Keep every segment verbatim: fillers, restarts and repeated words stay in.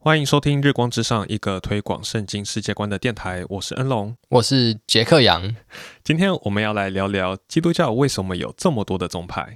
欢迎收听日光之上，一个推广圣经世界观的电台，我是恩龙， 我是杰克杨。 今天我们要来聊聊基督教为什么有这么多的宗派。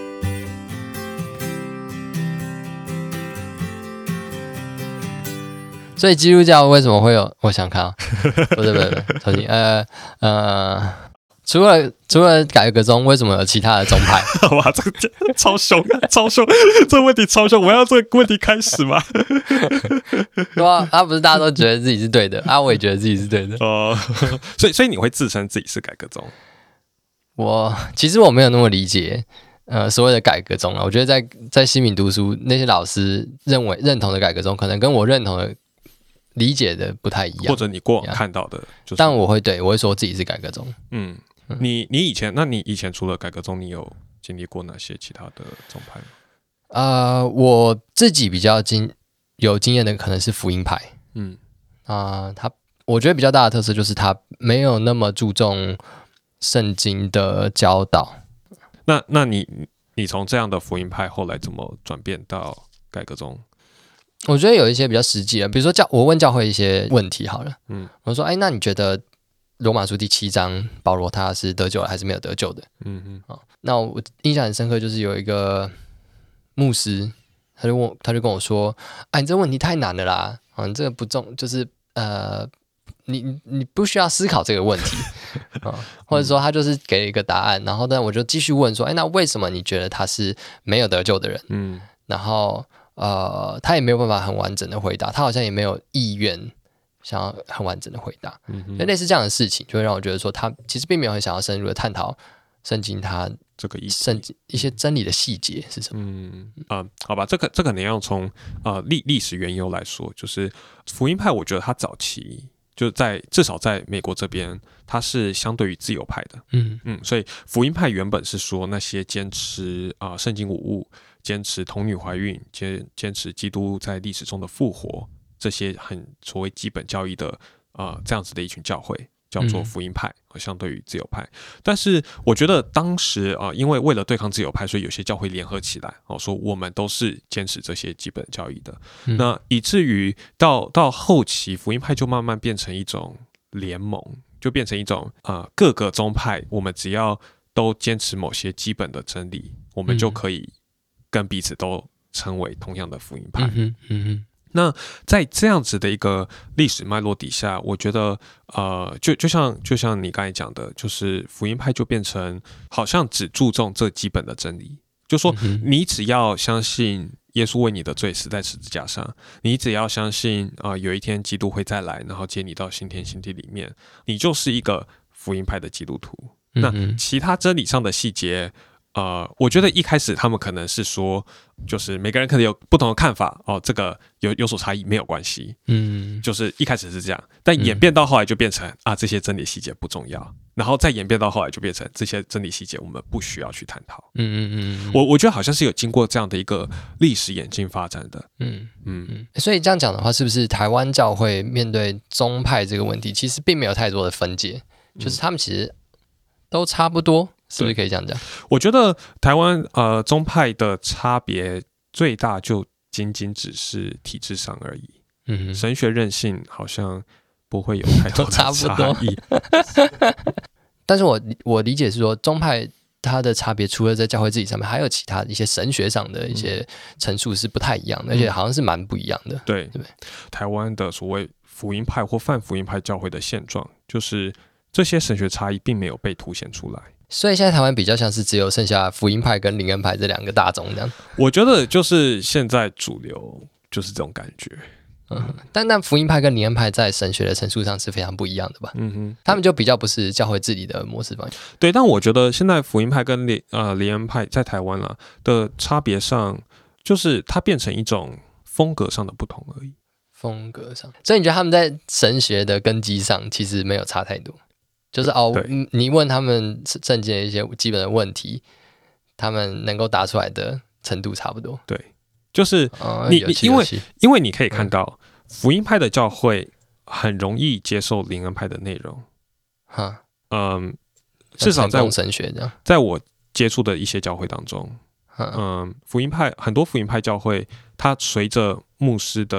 所以基督教为什么会有？我想看啊，不是不是不是，重新呃呃，除了除了改革宗，为什么有其他的宗派？ 哇，这个超凶，超凶，这个问题超凶，我要这个问题开始吗？ 对啊，他不是大家都觉得自己是对的啊，我也觉得自己是对的。 哦、呃，所以所以你会自称自己是改革宗？ 我其实我没有那么理解。呃，所谓的改革宗啊，我觉得在在新民读书那些老师认为认同的改革宗，可能跟我认同的理解的不太一样， 或者你过往看到的，就是， 但我会对我会说自己是改革宗。 嗯，你你以前，那你以前除了改革宗，你有经历过哪些其他的宗派吗？ 呃，我自己比较经有经验的可能是福音派，嗯啊、呃，他我觉得比较大的特色就是他没有那么注重圣经的教导。 那那你你从这样的福音派后来怎么转变到改革宗？ 我觉得有一些比较实际的，比如说教我问教会一些问题好了，嗯，我说，哎，那你觉得罗马书第七章保罗他是得救了还是没有得救的？嗯嗯，哦，那我印象很深刻，就是有一个牧师，他就问，他就跟我说，哎，你这问题太难了啦，啊，你这个不重，就是呃。你你不需要思考这个问题、哦、或者说他就是给了一个答案，然后呢我就继续问说，哎，那为什么你觉得他是没有得救的人？嗯，然后呃，他也没有办法很完整的回答，他好像也没有意愿想要很完整的回答，嗯，类似这样的事情，就会让我觉得说，他其实并没有很想要深入的探讨圣经它这个意圣经一些真理的细节是什么。 嗯啊、呃，好吧，这个这个你要从呃历历史缘由来说，就是福音派，我觉得它早期。就在至少在美国这边，它是相对于自由派的，嗯嗯，所以福音派原本是说那些坚持啊、呃、圣经无误、坚持童女怀孕、坚坚持基督在历史中的复活这些很所谓基本教义的啊、呃、这样子的一群教会，叫做福音派，嗯、相对于自由派。但是我觉得当时啊、呃，因为为了对抗自由派，所以有些教会联合起来，哦，说我们都是坚持这些基本教义的。嗯、那以至于到到后期，福音派就慢慢变成一种联盟，就变成一种呃各个宗派，我们只要都坚持某些基本的真理，我们就可以跟彼此都称为同样的福音派。嗯哼嗯哼那在这样子的一个历史脉络底下，我觉得，呃，就就像就像你刚才讲的，就是福音派就变成好像只注重这基本的真理，就说你只要相信耶稣为你的罪死在十字架上，你只要相信啊、呃，有一天基督会再来，然后接你到新天新地里面，你就是一个福音派的基督徒。那其他真理上的细节。呃，我觉得一开始他们可能是说，就是每个人可能有不同的看法哦，这个有有所差异没有关系，嗯，就是一开始是这样，但演变到后来就变成、嗯、啊这些真理细节不重要，然后再演变到后来就变成这些真理细节我们不需要去探讨，嗯嗯嗯，我我觉得好像是有经过这样的一个历史演进发展的，嗯嗯，所以这样讲的话，是不是台湾教会面对宗派这个问题，其实并没有太多的分界，就是他们其实都差不多。是不是可以这样讲？ 我觉得台湾呃宗派的差别最大就仅仅只是体制上而已。嗯，神学韧性好像不会有太多的差异。 但是我我理解是说，宗派它的差别除了在教会自己上面，还有其他一些神学上的一些陈述是不太一样的，嗯、而且好像是蛮不一样的。 对， 对不对？ 台湾的所谓福音派或泛福音派教会的现状，就是这些神学差异并没有被凸显出来。 所以现在台湾比较像是只有剩下福音派跟灵恩派这两个大宗这样。 我觉得就是现在主流就是这种感觉。 嗯，但但福音派跟灵恩派在神学的陈述上是非常不一样的吧？嗯哼，他们就比较不是教会治理的模式吧？ 对，但我觉得现在福音派跟灵呃灵恩派在台湾啦的差别上，就是它变成一种风格上的不同而已。 风格上，所以你觉得他们在神学的根基上其实没有差太多？就是哦，你问他们圣经的一些基本的问题，他们能够答出来的程度差不多。 对，就是你，哦、你因为因为你可以看到、嗯、福音派的教会很容易接受灵恩派的内容。哈，嗯，至少在神学这样， 在我接触的一些教会当中，嗯，福音派很多福音派教会，它随着牧师的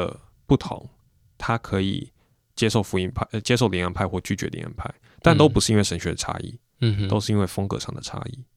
不同，他可以接受福音派、呃、接受灵恩派或拒绝灵恩派，但都不是因为神学的差异，嗯，都是因为风格上的差异。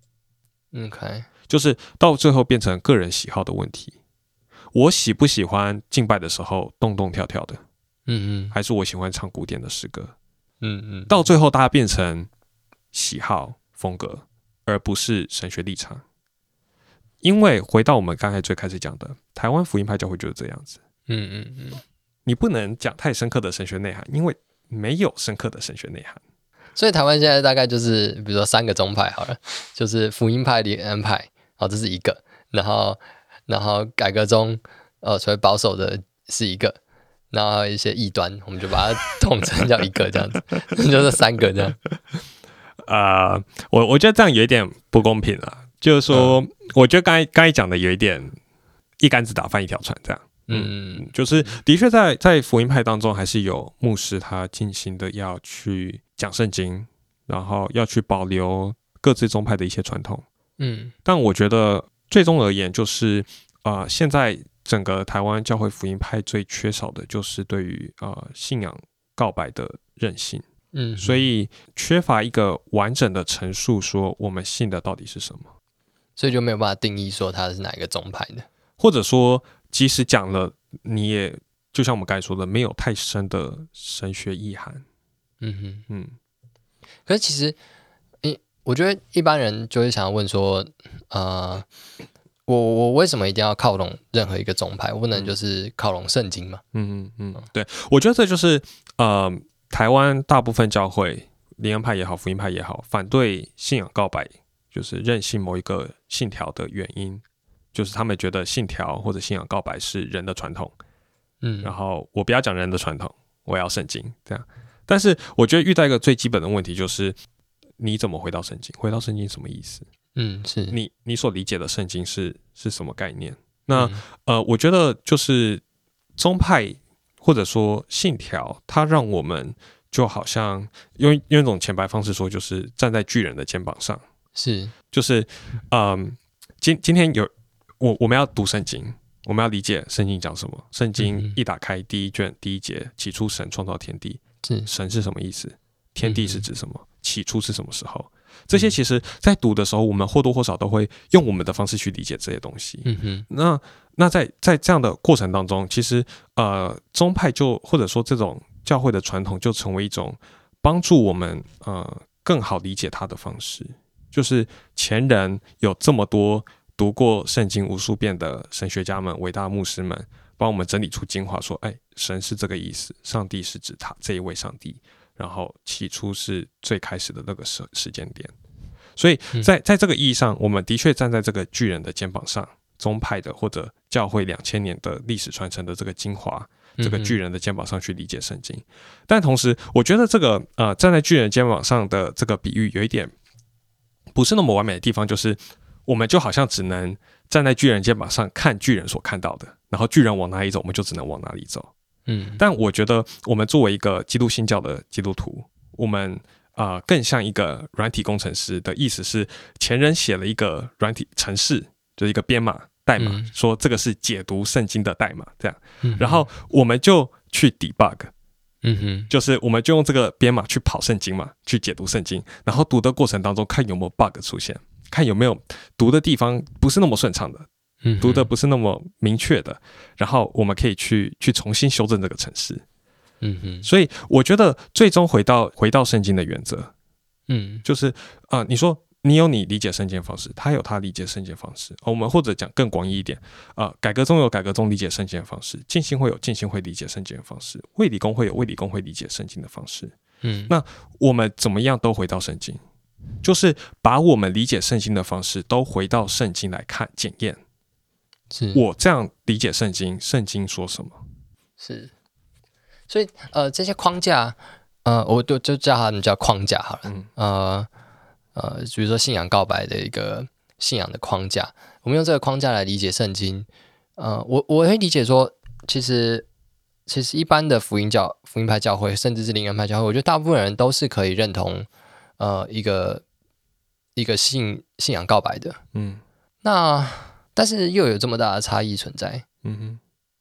OK， 就是到最后变成个人喜好的问题。我喜不喜欢敬拜的时候动动跳跳的，嗯嗯，还是我喜欢唱古典的诗歌，嗯嗯，到最后大家变成喜好风格，而不是神学立场。因为回到我们刚才最开始讲的，台湾福音派教会就是这样子，嗯嗯嗯，你不能讲太深刻的神学内涵，因为没有深刻的神学内涵。 所以台湾现在大概就是比如说三个宗派好了，就是福音派、灵恩派，好，这是一个，然后然后改革宗呃所谓保守的是一个，然后一些异端我们就把它统称叫一个这样子，就是三个这样。 呃，我我觉得这样有一点不公平啊，就是说，嗯、我觉得刚才刚才讲的有一点一竿子打翻一条船这样。嗯，就是的确在在福音派当中，还是有牧师他尽心的要去讲圣经，然后要去保留各自宗派的一些传统。嗯，但我觉得最终而言，就是呃，现在整个台湾教会福音派最缺少的就是对于呃信仰告白的韧性。嗯，所以缺乏一个完整的陈述，说我们信的到底是什么， 所以就没有办法定义说它是哪一个宗派的， 或者说。即使讲了，你也就像我们刚才说的，没有太深的神学意涵。嗯哼， 嗯。可是其实，我觉得一般人就会想要问说，呃，我我为什么一定要靠拢任何一个宗派？我不能就是靠拢圣经嘛？ 嗯嗯嗯，对，我觉得这就是呃，台湾大部分教会，灵恩派也好，福音派也好，反对信仰告白，就是任性某一个信条的原因。就是他们觉得信条或者信仰告白是人的传统，嗯，然后我不要讲人的传统，我要圣经这样。但是我觉得遇到一个最基本的问题，就是你怎么回到圣经？回到圣经什么意思？嗯，是你你所理解的圣经是是什么概念？那、嗯、呃，我觉得就是宗派或者说信条，它让我们就好像用用一种浅白方式说，就是站在巨人的肩膀上， 是就是嗯，今今天有。我我们要读圣经，我们要理解圣经讲什么。圣经一打开第一卷第一节，起初神创造天地，是神是什么意思？天地是指什么？嗯、起初是什么时候？这些其实在读的时候，我们或多或少都会用我们的方式去理解这些东西。嗯哼，那那在在这样的过程当中，其实呃宗派就或者说这种教会的传统，就成为一种帮助我们呃更好理解它的方式。就是前人有这么多。读过圣经无数遍的神学家们、伟大牧师们，帮我们整理出精华，说：“哎，神是这个意思，上帝是指他这一位上帝，然后起初是最开始的那个时时间点。”所以在在这个意义上，我们的确站在这个巨人的肩膀上，宗派的或者教会两千年的历史传承的这个精华，这个巨人的肩膀上去理解圣经。但同时，我觉得这个呃站在巨人肩膀上的这个比喻有一点不是那么完美的地方，就是。我们就好像只能站在巨人肩膀上看巨人所看到的，然后巨人往哪里走，我们就只能往哪里走。嗯，但我觉得我们作为一个基督新教的基督徒，我们呃更像一个软体工程师的意思是，前人写了一个软体程式，就是一个编码代码，嗯、说这个是解读圣经的代码，这样，嗯、然后我们就去 debug。嗯哼，就是我们就用这个编码去跑圣经嘛，去解读圣经，然后读的过程当中看有没有 bug 出现。看有没有读的地方不是那么顺畅的，嗯、读的不是那么明确的，然后我们可以去去重新修正这个程式。嗯哼，所以我觉得最终回到回到圣经的原则，嗯，就是啊、呃，你说你有你理解圣经的方式，他有他理解圣经的方式，我们或者讲更广义一点啊、呃，改革宗有改革宗理解圣经的方式，浸信会有浸信会理解圣经的方式，卫理公会有卫理公会理解圣经的方式。嗯，那我们怎么样都回到圣经。就是把我们理解圣经的方式都回到圣经来看检验，是我这样理解圣经，圣经说什么？ 是，所以呃这些框架，呃我就就叫他们叫框架好了，嗯、呃呃比如说信仰告白的一个信仰的框架，我们用这个框架来理解圣经，呃我我会理解说，其实其实一般的福音教福音派教会，甚至是灵恩派教会，我觉得大部分人都是可以认同。呃，一个一个信信仰告白的，嗯，那但是又有这么大的差异存在，嗯哼，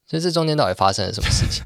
所以这中间到底发生了什么事情？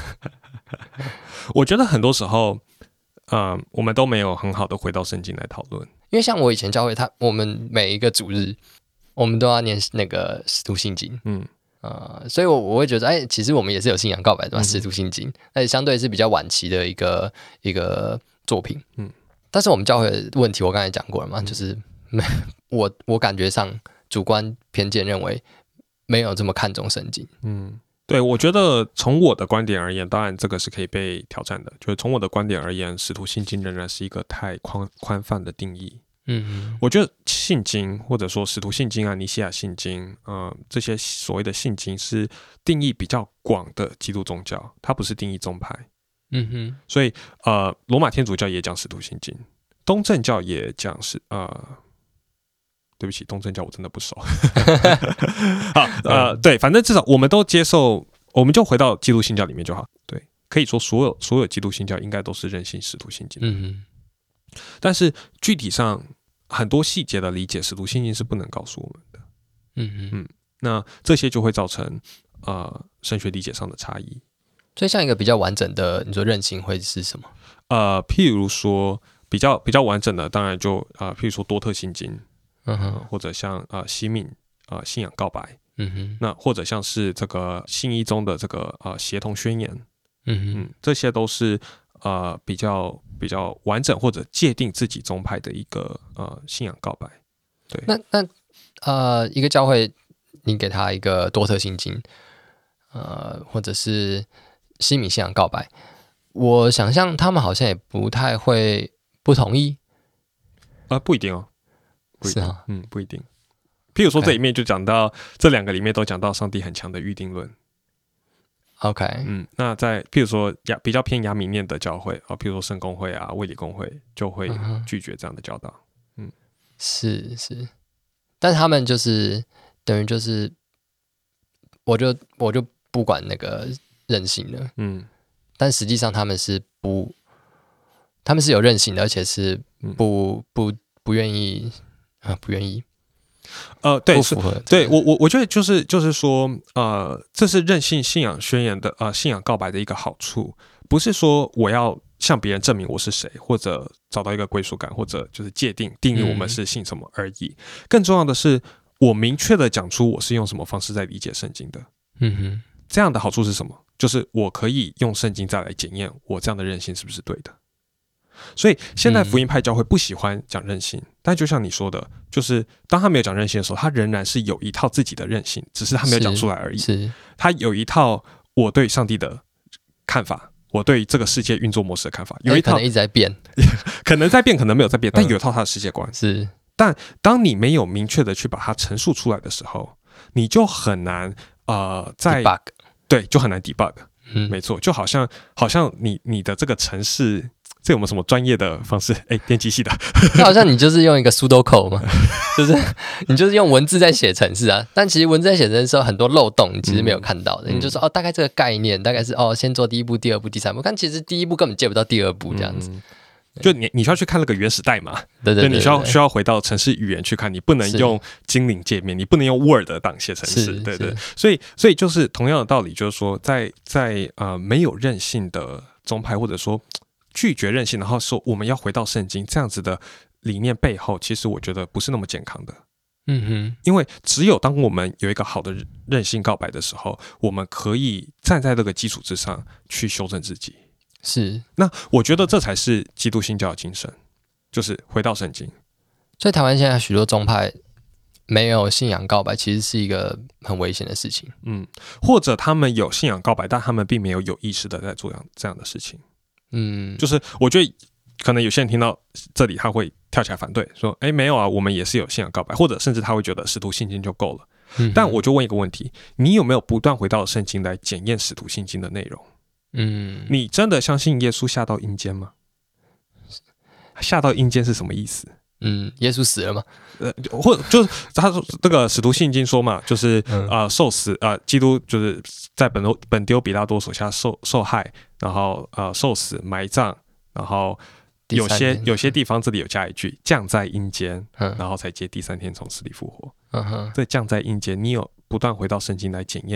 我觉得很多时候，呃，我们都没有很好的回到圣经来讨论。 因为像我以前教会他，我们每一个主日，我们都要念那个使徒信经，嗯，呃，所以我我会觉得，哎，其实我们也是有信仰告白的嘛，使徒信经，而且相对是比较晚期的一个一个作品，嗯。但是我们教会的问题，我刚才讲过了嘛，嗯、就是我我感觉上主观偏见认为没有这么看重圣经，嗯。 对，我觉得从我的观点而言，当然这个是可以被挑战的。就是从我的观点而言，使徒信经仍然是一个太宽宽泛的定义。嗯，我觉得信经或者说使徒信经啊、尼西亚信经，呃，这些所谓的信经是定义比较广的基督宗教，它不是定义宗派。嗯哼，所以呃，罗马天主教也讲使徒信经，东正教也讲是呃。对不起，东正教我真的不熟。好，呃，对，反正至少我们都接受，我们就回到基督信教里面就好。对，可以说所有所有基督信教应该都是认信使徒信经的。嗯，但是具体上很多细节的理解，使徒信经是不能告诉我们的。嗯嗯，那这些就会造成呃神学理解上的差异。 所以，像一个比较完整的，你说认信会是什么？ 呃，譬如说比较比较完整的，当然就啊、呃，譬如说多特信经。嗯哼，或者像呃西敏呃信仰告白，嗯哼，那或者像是这个信一中的这个呃协同宣言，嗯哼，这些都是呃比较比较完整或者界定自己宗派的一个呃信仰告白。对， 那那呃一个教会，你给他一个多特信经，呃或者是西敏信仰告白，我想象他们好像也不太会不同意， 啊、呃、不一定哦。 是啊， 嗯，不一定。譬如说，这里面就讲到、okay. 这两个里面都讲到上帝很强的预定论。 OK， 嗯，那在譬如说亚比较偏亚米念的教会啊，譬如说圣公会啊、卫理公会，就会拒绝这样的教导。嗯， 是是，但他们就是等于就是，我就我就不管那个任性了。嗯，但实际上他们是不，他们是有任性的，而且是不、嗯、不不愿意。啊，不愿意， 呃，对，不符合，对我我我觉得就是就是说，呃，这是任性信仰宣言的呃信仰告白的一个好处，不是说我要向别人证明我是谁，或者找到一个归属感，或者就是界定定义我们是信什么而已。嗯、更重要的是，我明确的讲出我是用什么方式在理解圣经的。嗯哼，这样的好处是什么？就是我可以用圣经再来检验我这样的任性是不是对的。所以现在福音派教会不喜欢讲任性、嗯、但就像你说的，就是当他没有讲任性的时候，他仍然是有一套自己的任性，只是他没有讲出来而已。是，他有一套我对上帝的看法，我对这个世界运作模式的看法，有一套、 欸、可能一直在变， 可能在变，可能没有在变，但有一套他的世界观。 嗯、是， 但当你没有明确的去把它陈述出来的时候，你就很难呃在 debug， 对，就很难 debug。嗯，没错，就好像好像你你的这个程式。这有没有什么专业的方式？哎，电机系的， 那好像你就是用一个 pseudocode 嘛，就是你就是用文字在写程式啊。但其实文字在写程式的时候，很多漏洞你其实没有看到的。嗯、你就说哦，大概这个概念，大概是哦，先做第一步、第二步、第三步。但其实第一步根本接不到第二步这样子。嗯、 就你你需要去看那个原始代码， 对 对, 对, 对, 对， 你需要需要回到程式语言去看，你不能用精灵界面，你不能用 Word 档写程式，对对。所以所以就是同样的道理，就是说在在呃没有韧性的宗派，或者说。拒绝任性，然后说我们要回到圣经这样子的理念背后，其实我觉得不是那么健康的。嗯哼，因为只有当我们有一个好的任性告白的时候，我们可以站在这个基础之上去修正自己。 是， 那我觉得这才是基督新教的精神，就是回到圣经。 所以台湾现在许多宗派没有信仰告白，其实是一个很危险的事情。 嗯，或者他们有信仰告白，但他们并没有有意识的在做这样的事情。嗯，就是我觉得可能有些人听到这里他会跳起来反对，说哎没有啊，我们也是有信仰告白，或者甚至他会觉得使徒信经就够了。嗯，但我就问一个问题，你有没有不断回到圣经来检验使徒信经的内容？嗯，你真的相信耶稣下到阴间吗？下到阴间是什么意思？ 嗯，耶稣死了吗？ 呃，或者就是他说这个使徒信经说嘛，就是啊、嗯呃、受死啊、呃，基督就是在本本丢比拉多手下受受害，然后呃受死埋葬，然后有些有些地方这里有加一句降在阴间、嗯，然后才接第三天从死里复活。嗯哼，这降在阴间，你有不断回到圣经来检验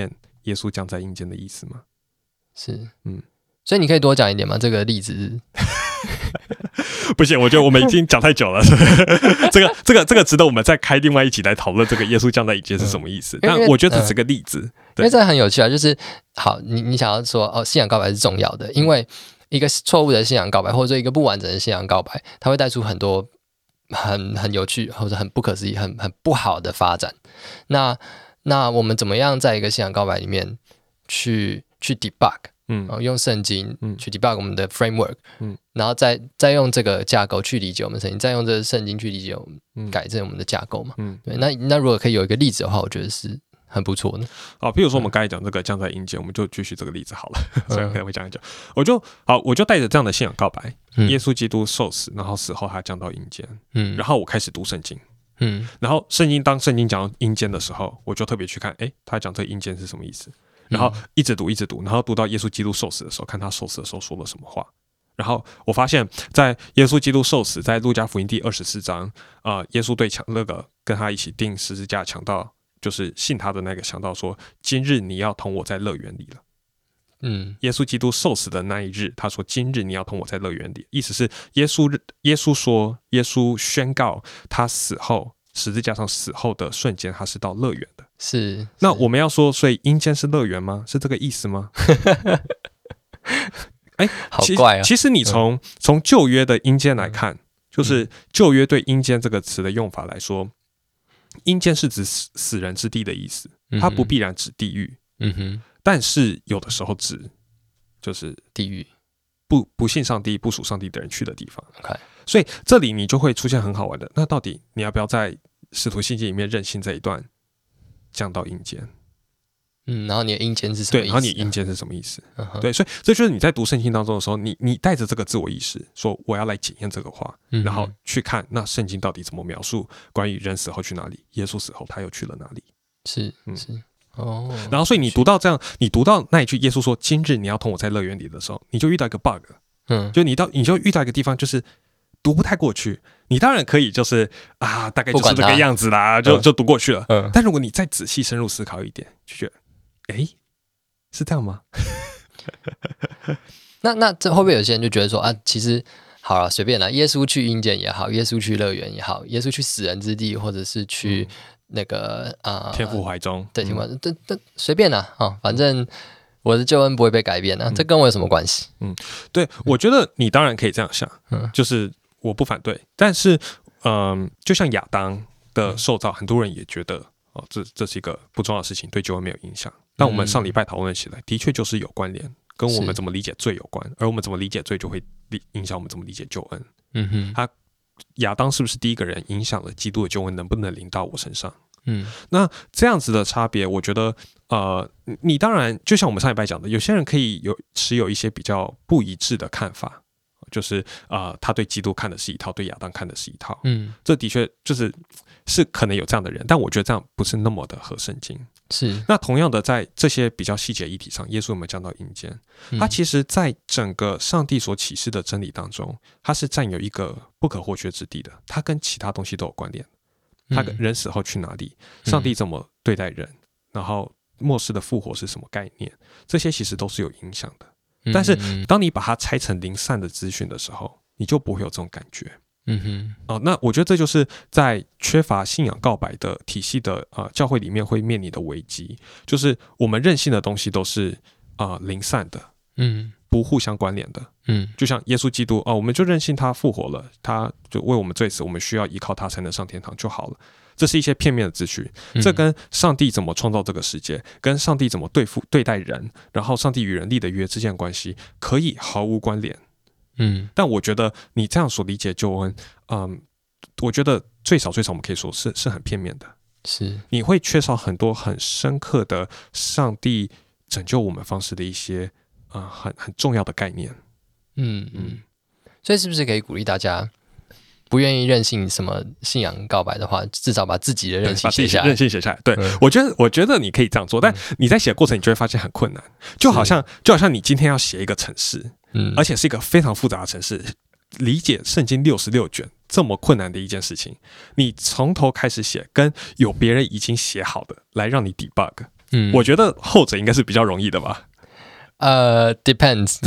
耶稣降在阴间的意思吗？ 是，嗯，所以你可以多讲一点吗？这个例子是不行，我觉得我们已经讲太久了。这个、这个、这个值得我们再开另外一集来讨论这个耶稣降在阴间是什么意思。嗯、但我觉得这是个例子，嗯、 因为这很有趣啊。就是好，你你想要说哦，信仰告白是重要的，因为一个错误的信仰告白，或者说一个不完整的信仰告白，它会带出很多很很有趣或者很不可思议、很很不好的发展。那那我们怎么样在一个信仰告白里面去去 debug？嗯，用圣经去 debug 我们的 framework，嗯，然后再再用这个架构去理解我们圣经，再用这个圣经去理解我们，改正我们的架构嘛，嗯，对。那那如果可以有一个例子的话，我觉得是很不错的。 好，譬如说我们刚才讲这个降在阴间，我们就继续这个例子好了，所以可能会讲一讲。我就好，我就带着这样的信仰告白，嗯、耶稣基督受死，然后死后他降到阴间，嗯，然后我开始读圣经。嗯，然后圣经当圣经讲到阴间的时候，我就特别去看，哎，他讲这个阴间是什么意思？然后一直读一直读，然后读到耶稣基督受死的时候，看他受死的时候说了什么话。然后我发现，在耶稣基督受死，在路加福音第二十四章，呃，耶稣对强那个跟他一起钉十字架强盗，就是信他的那个强盗说：“今日你要同我在乐园里了。”嗯，耶稣基督受死的那一日，他说：“今日你要同我在乐园里。”意思是耶稣耶稣说，耶稣宣告他死后十字架上死后的瞬间，他是到乐园的。 是， 那我们要说，所以阴间是乐园吗？是这个意思吗？哎、欸， 好怪啊！ 其实你从从旧约的阴间来看，嗯、就是旧约对阴间这个词的用法来说，阴间是指死死人之地的意思，它不必然指地狱。嗯哼，但是有的时候指就是地狱， 不不信上帝、不属上帝的人去的地方。 Okay. 所以这里你就会出现很好玩的，那到底你要不要在使徒信经里面认信这一段？降到阴间， 嗯，然后你的阴间是什么意思？ 对，然后你阴间是什么意思？Uh-huh. 对，所以这就是你在读圣经当中的时候，你你带着这个自我意识，说我要来检验这个话，嗯、然后去看那圣经到底怎么描述关于人死后去哪里，耶稣死后他又去了哪里？ 是，嗯、是哦。 然后，所以你读到这样，你读到那一句耶稣说：“今日你要同我在乐园里”的时候，你就遇到一个 bug， 嗯，就你到你就遇到一个地方，就是读不太过去。你当然可以，就是啊，大概就是这个样子啦，就就读过去了。嗯，但如果你再仔细深入思考一点，就觉得，哎，是这样吗？ 那那这会不会有些人就觉得说啊，其实好了，随便啦，耶稣去阴间也好，耶稣去乐园也好，耶稣去死人之地，或者是去那个啊、呃、 天父怀中， 对，天父，这这随便啦啊、哦，反正我的救恩不会被改变啊，嗯、这跟我有什么关系？ 嗯，对，嗯、我觉得你当然可以这样想，嗯，就是。我不反对，但是，嗯，就像亚当的受造，很多人也觉得哦，这这是一个不重要的事情，对救恩没有影响。但我们上礼拜讨论起来，的确就是有关联，跟我们怎么理解罪有关，而我们怎么理解罪，就会影响我们怎么理解救恩。嗯哼，他亚当是不是第一个人影响了基督的救恩能不能临到我身上？嗯，那这样子的差别，我觉得，呃，你当然就像我们上礼拜讲的，有些人可以有持有一些比较不一致的看法。就是呃，他对基督看的是一套，对亚当看的是一套。嗯，这的确就是是可能有这样的人，但我觉得这样不是那么的合圣经。 是。 那同样的，在这些比较细节议题上，耶稣有没有降到阴间？嗯、他其实在整个上帝所启示的真理当中，他是占有一个不可或缺之地的。他跟其他东西都有关联。他跟人死后去哪里？嗯、上帝怎么对待人？然后末世的复活是什么概念？这些其实都是有影响的。但是，当你把它拆成零散的资讯的时候，你就不会有这种感觉。嗯哼，哦，那我觉得这就是在缺乏信仰告白的体系的呃教会里面会面临的危机，就是我们认信的东西都是啊、呃、零散的，嗯，不互相关联的，嗯，就像耶稣基督哦，我们就认信他复活了，他就为我们罪死，我们需要依靠他才能上天堂就好了。这是一些片面的资讯，这跟上帝怎么创造这个世界，跟上帝怎么对付对待人，然后上帝与人立的约之间的关系，可以毫无关联。嗯，但我觉得你这样所理解救恩，嗯，我觉得最少最少我们可以说是是很片面的， 是你会缺少很多很深刻的上帝拯救我们方式的一些啊、呃、很很重要的概念。 嗯嗯，所以是不是可以鼓励大家？不愿意任性什么信仰告白的话，至少把自己的任性写下来。 任性写下来，对、嗯、我觉得，我觉得你可以这样做，但你在写的过程，你就会发现很困难。就好像，就好像你今天要写一个程式，嗯，而且是一个非常复杂的程式，理解圣经六十六卷这么困难的一件事情，你从头开始写，跟有别人已经写好的来让你 debug， 嗯，我觉得后者应该是比较容易的吧。 呃 ，depends，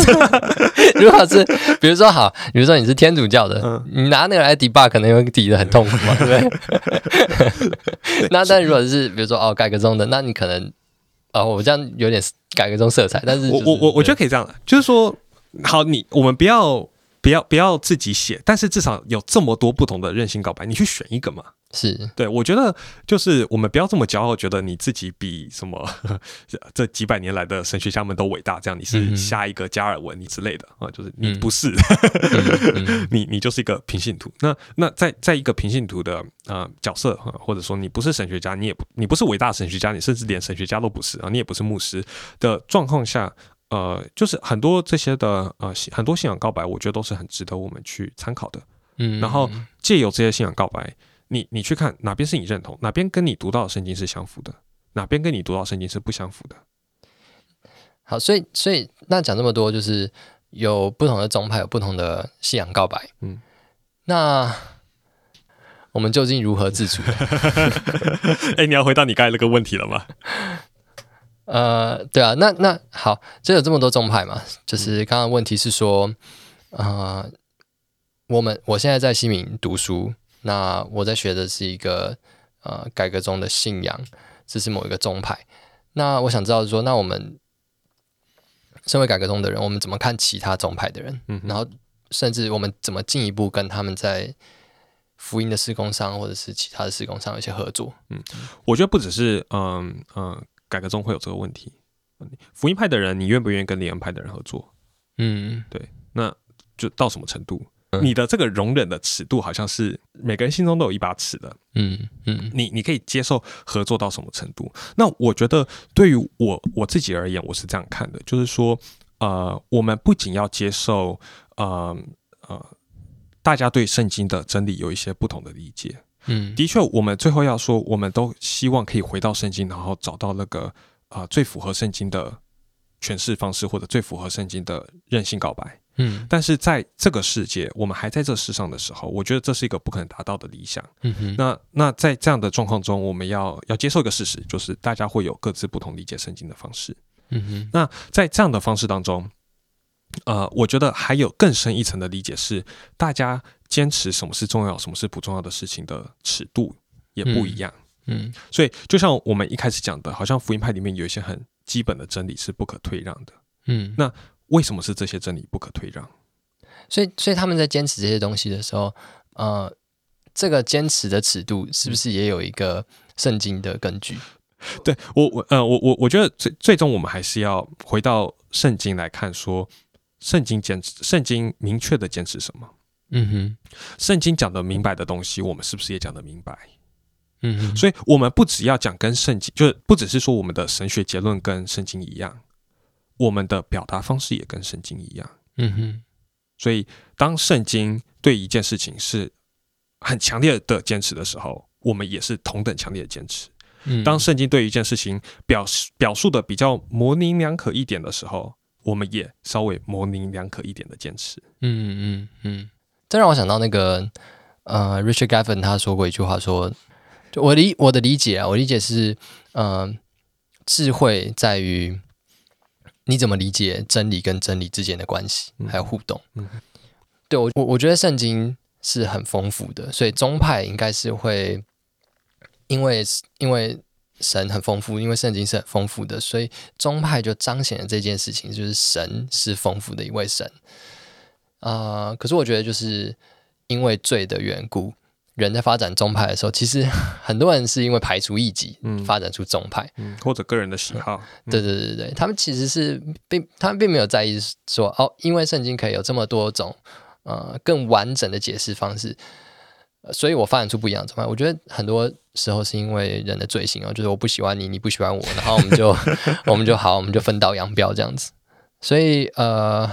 depends 如果是比如说好，比如说你是天主教的，嗯、你拿那个来 debug 可能会抵得很痛苦嘛，对不对？那但如果是比如说哦改革中的，那你可能哦我这样有点改革中色彩，但是、就是、 我我我觉得可以这样的，就是说好，你我们不要不要不要自己写，但是至少有这么多不同的任性告白，你去选一个嘛。 是对，我觉得就是我们不要这么骄傲，觉得你自己比什么这几百年来的神学家们都伟大，这样你是下一个加尔文你之类的啊，就是你不是，嗯、你你就是一个平信徒。那那在在一个平信徒的呃角色，或者说你不是神学家，你也不你不是伟大的神学家，你甚至连神学家都不是啊，你也不是牧师的状况下，呃，就是很多这些的呃很多信仰告白，我觉得都是很值得我们去参考的。嗯，然后借由这些信仰告白。你你去看哪边是你认同，哪边跟你读到的圣经是相符的，哪边跟你读到的圣经是不相符的。 好，所以所以那讲这么多，就是有不同的宗派，有不同的信仰告白。嗯，那我们究竟如何自处？ 哎、欸，你要回答你刚才那个问题了吗？ 呃，对啊，那那好，这有这么多宗派嘛？就是刚刚问题是说，呃，我们我现在在西敏读书。那我在学的是一个呃改革中的信仰，这是某一个宗派。那我想知道说，那我们身为改革中的人，我们怎么看其他宗派的人？嗯，然后甚至我们怎么进一步跟他们在福音的事工上，或者是其他的事工上有一些合作？ 嗯，我觉得不只是嗯嗯、呃呃、改革中会有这个问题，福音派的人，你愿不愿意跟灵恩派的人合作？嗯，对，那就到什么程度？你的这个容忍的尺度好像是每个人心中都有一把尺的，嗯嗯，你你可以接受合作到什么程度？那我觉得对于我我自己而言，我是这样看的，就是说，呃，我们不仅要接受，呃呃，大家对圣经的真理有一些不同的理解，嗯，的确，我们最后要说，我们都希望可以回到圣经，然后找到那个啊、呃、最符合圣经的诠释方式，或者最符合圣经的任性告白。嗯，但是在这个世界，我们还在这世上的时候，我觉得这是一个不可能达到的理想。嗯哼，那那在这样的状况中，我们要要接受一个事实，就是大家会有各自不同理解圣经的方式。嗯哼，那在这样的方式当中，呃，我觉得还有更深一层的理解是，大家坚持什么是重要，什么是不重要的事情的尺度也不一样。嗯，嗯所以就像我们一开始讲的，好像福音派里面有一些很基本的真理是不可退让的。嗯，那为什么是这些真理不可退让？ 所以，所以他们在坚持这些东西的时候，呃，这个坚持的尺度是不是也有一个圣经的根据？ 对我，我呃，我我我觉得最最终我们还是要回到圣经来看说，说圣经坚持，圣经明确的坚持什么？嗯哼，圣经讲的明白的东西，我们是不是也讲得明白？嗯哼，所以我们不只要讲跟圣经，就是不只是说我们的神学结论跟圣经一样。我们的表达方式也跟圣经一样，嗯哼。所以，当圣经对一件事情是很强烈的坚持的时候，我们也是同等强烈的坚持。嗯、当圣经对一件事情表表述的比较模棱两可一点的时候，我们也稍微模棱两可一点的坚持。 嗯嗯嗯。这让我想到那个呃 ，Richard Gaffin 他说过一句话说，就我理我的理解啊，我理解是呃，智慧在于。你怎么理解真理跟真理之间的关系，还有互动？嗯、对我，我我觉得圣经是很丰富的，所以宗派应该是会因为因为神很丰富，因为圣经是很丰富的，所以宗派就彰显了这件事情，就是神是丰富的一位神。啊、呃，可是我觉得就是因为罪的缘故。人在发展宗派的时候，其实很多人是因为排除异己，嗯、发展出宗派、 嗯，或者个人的喜好。 嗯、对对对对，他们其实是并他们并没有在意说哦，因为圣经可以有这么多种呃更完整的解释方式，呃、所以我发展出不一样的宗派。我觉得很多时候是因为人的罪行哦，就是我不喜欢你，你不喜欢我，然后我们就我们就好，我们就分道扬镳这样子。所以呃，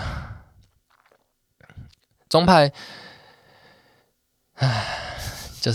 宗派，唉。就是，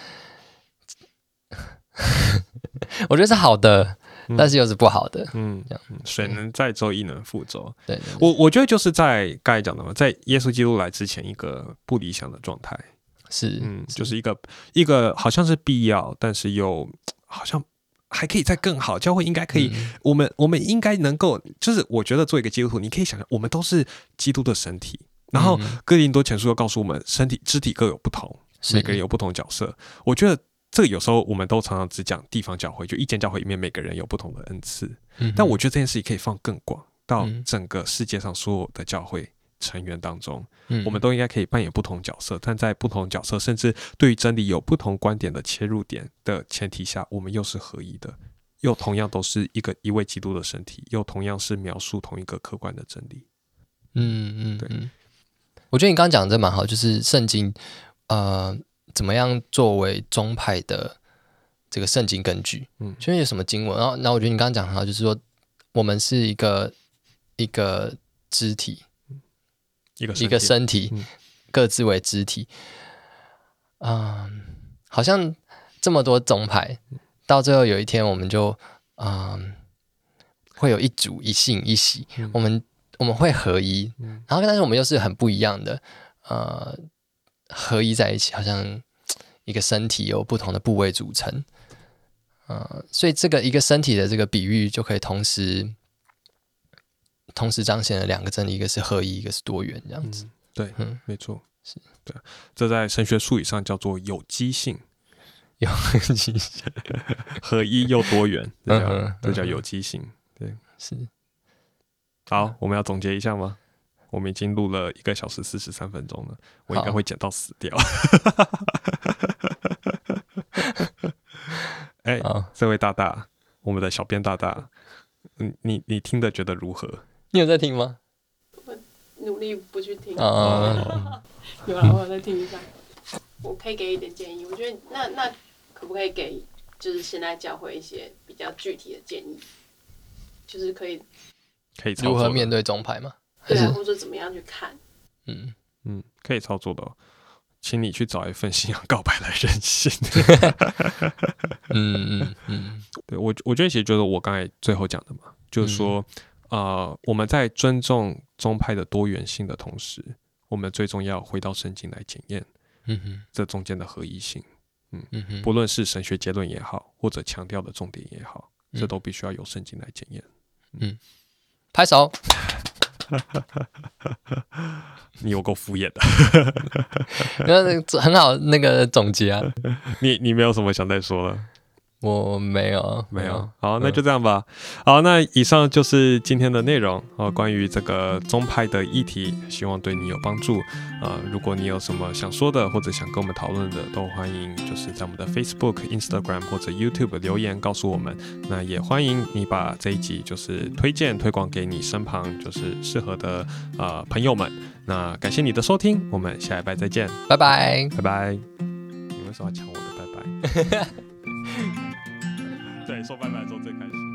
我觉得是好的，嗯、但是又是不好的。嗯，这样水能载舟，亦能覆舟。 对, 对, 对， 我我觉得就是在刚才讲的嘛，在耶稣基督来之前，一个不理想的状态是， 嗯，是就是一个一个好像是必要，但是又好像还可以再更好，教会应该可以，嗯、我们我们应该能够，就是我觉得做一个基督徒，你可以想象，我们都是基督的身体。然后哥林多前书又告诉我们，身体肢体各有不同，每个人有不同角色。我觉得这个有时候我们都常常只讲地方教会，就一间教会里面每个人有不同的恩赐。嗯、但我觉得这件事情可以放更广，到整个世界上所有的教会成员当中，嗯、我们都应该可以扮演不同角色，但在不同角色甚至对于真理有不同观点的切入点的前提下，我们又是合一的，又同样都是一个一位基督的身体，又同样是描述同一个客观的真理。 嗯嗯，对。我觉得你刚刚讲的这蛮好，就是圣经，呃，怎么样作为宗派的这个圣经根据？嗯，就是有什么经文？然后，然后我觉得你刚刚讲很好，就是说我们是一个一个肢体。 一个身体一个身体，嗯、各自为肢体，嗯，好像这么多宗派，到最后有一天我们就，嗯，会有一主一信一喜，嗯、我们我们会合一，嗯、然后但是我们又是很不一样的，呃，合一在一起，好像一个身体由不同的部位组成，呃，所以这个一个身体的这个比喻就可以同时。同时彰显了两个真理，一个是合一，一个是多元，这样子。 嗯、对，嗯，没错，是对。这在神学术语上叫做有机性， 有机性， 合一又多元，这叫、嗯、这叫有机性。对， 是。 好，我们要总结一下吗？我们已经录了一个小时四十三分钟了，我应该会剪到死掉。哎、欸，这位大大，我们的小编大大。你你听的觉得如何？ 你有在听吗？ 我努力不去听。哦，有啦，我有在听一下。我可以给一点建议。我觉得那那可不可以给就是现在教会一些比较具体的建议？就是可以可以如何面对宗派吗？ 对啊，或者怎么样去看？ 嗯嗯，可以操作的、哦。请你去找一份信仰告白来认信。 嗯嗯嗯， 对我我觉得其实就是我刚才最后讲的嘛，就是说，嗯、呃，我们在尊重宗派的多元性的同时，我们最终要回到圣经来检验，嗯哼，这中间的合一性，嗯嗯哼，不论是神学结论也好，或者强调的重点也好，嗯、这都必须要由圣经来检验。 嗯，嗯拍手。 你有够敷衍的， 很好那个总结啊。 你你没有什么想再说了？ 我没有， 没有。好，那就这样吧。好，那以上就是今天的内容啊、呃，关于这个宗派的议题，希望对你有帮助啊、呃。如果你有什么想说的，或者想跟我们讨论的，都欢迎就是在我们的 Facebook、Instagram 或者 YouTube 留言告诉我们。那也欢迎你把这一集就是推荐推广给你身旁就是适合的呃朋友们。那感谢你的收听，我们下礼拜再见， 拜拜， 拜拜。你为什么要抢我的拜拜？对，说拜拜的时候最开心。